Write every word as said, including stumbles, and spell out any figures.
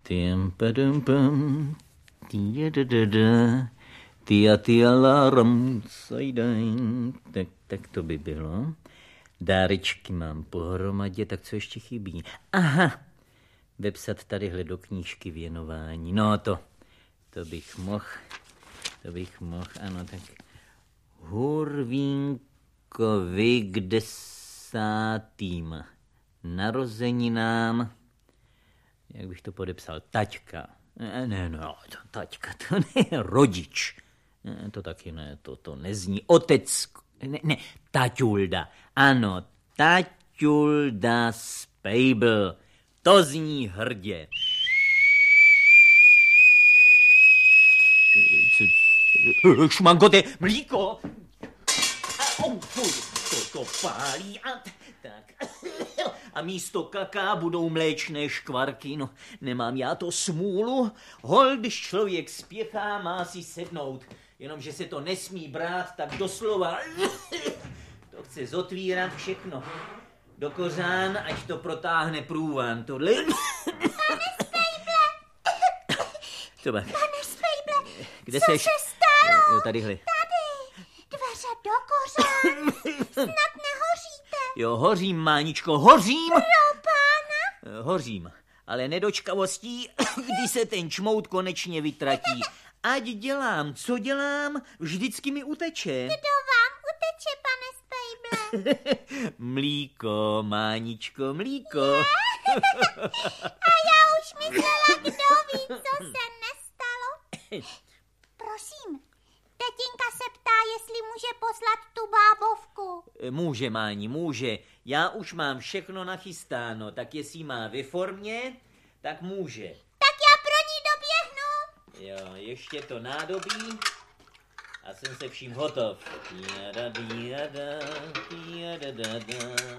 Tím padum pam, tijadadada, tia tia laram, sajdain. Tak, tak to by bylo. Dárečky mám pohromadě, tak co ještě chybí? Aha, vepsat tadyhle do knížky věnování. No to, to bych mohl, to bych mohl, ano, tak Hurvínkovi k desátým narozeninám, jak bych to podepsal, taťka. Ne, ne, no, to taťka, to ne, rodič. Ne, to taky ne, to, to nezní. Otec, ne, ne, taťulda. Ano, taťulda Spejbl. To zní hrdě. Šmangote, mlíko. Oh, to, to pálí. A, tak. A místo kaká budou mléčné škvarky. No, nemám já to smůlu. Hol, když člověk spěchá, má si sednout. Jenomže se to nesmí brát tak doslova. To chce zotvírat všechno. Do kořán, ať to protáhne průvan. Tohle... Pane Spejble! Co má? Pane Spejble, Kde co seš? se stalo? Jo, tadyhle. Tady, dveře do kořán. Snad nehoříte. Jo, hořím, Máničko, hořím. Pro pána? Hořím, ale nedočkavostí, kdy se ten čmout konečně vytratí. Ať dělám, co dělám, vždycky mi uteče. Kdo vám uteče, pane Spejble? Mlíko, Máničko, mlíko. A já už myslela, kdo ví, co se nestalo. Prosím, tetinka se ptá, jestli může poslat tu bábovku. Může, Máni, může. Já už mám všechno nachystáno, tak jestli má ve formě, tak může. Tak já pro ní doběhnu. Jo, ještě to nádobí a jsem se vším hotov. Jada, jada, jada, jada.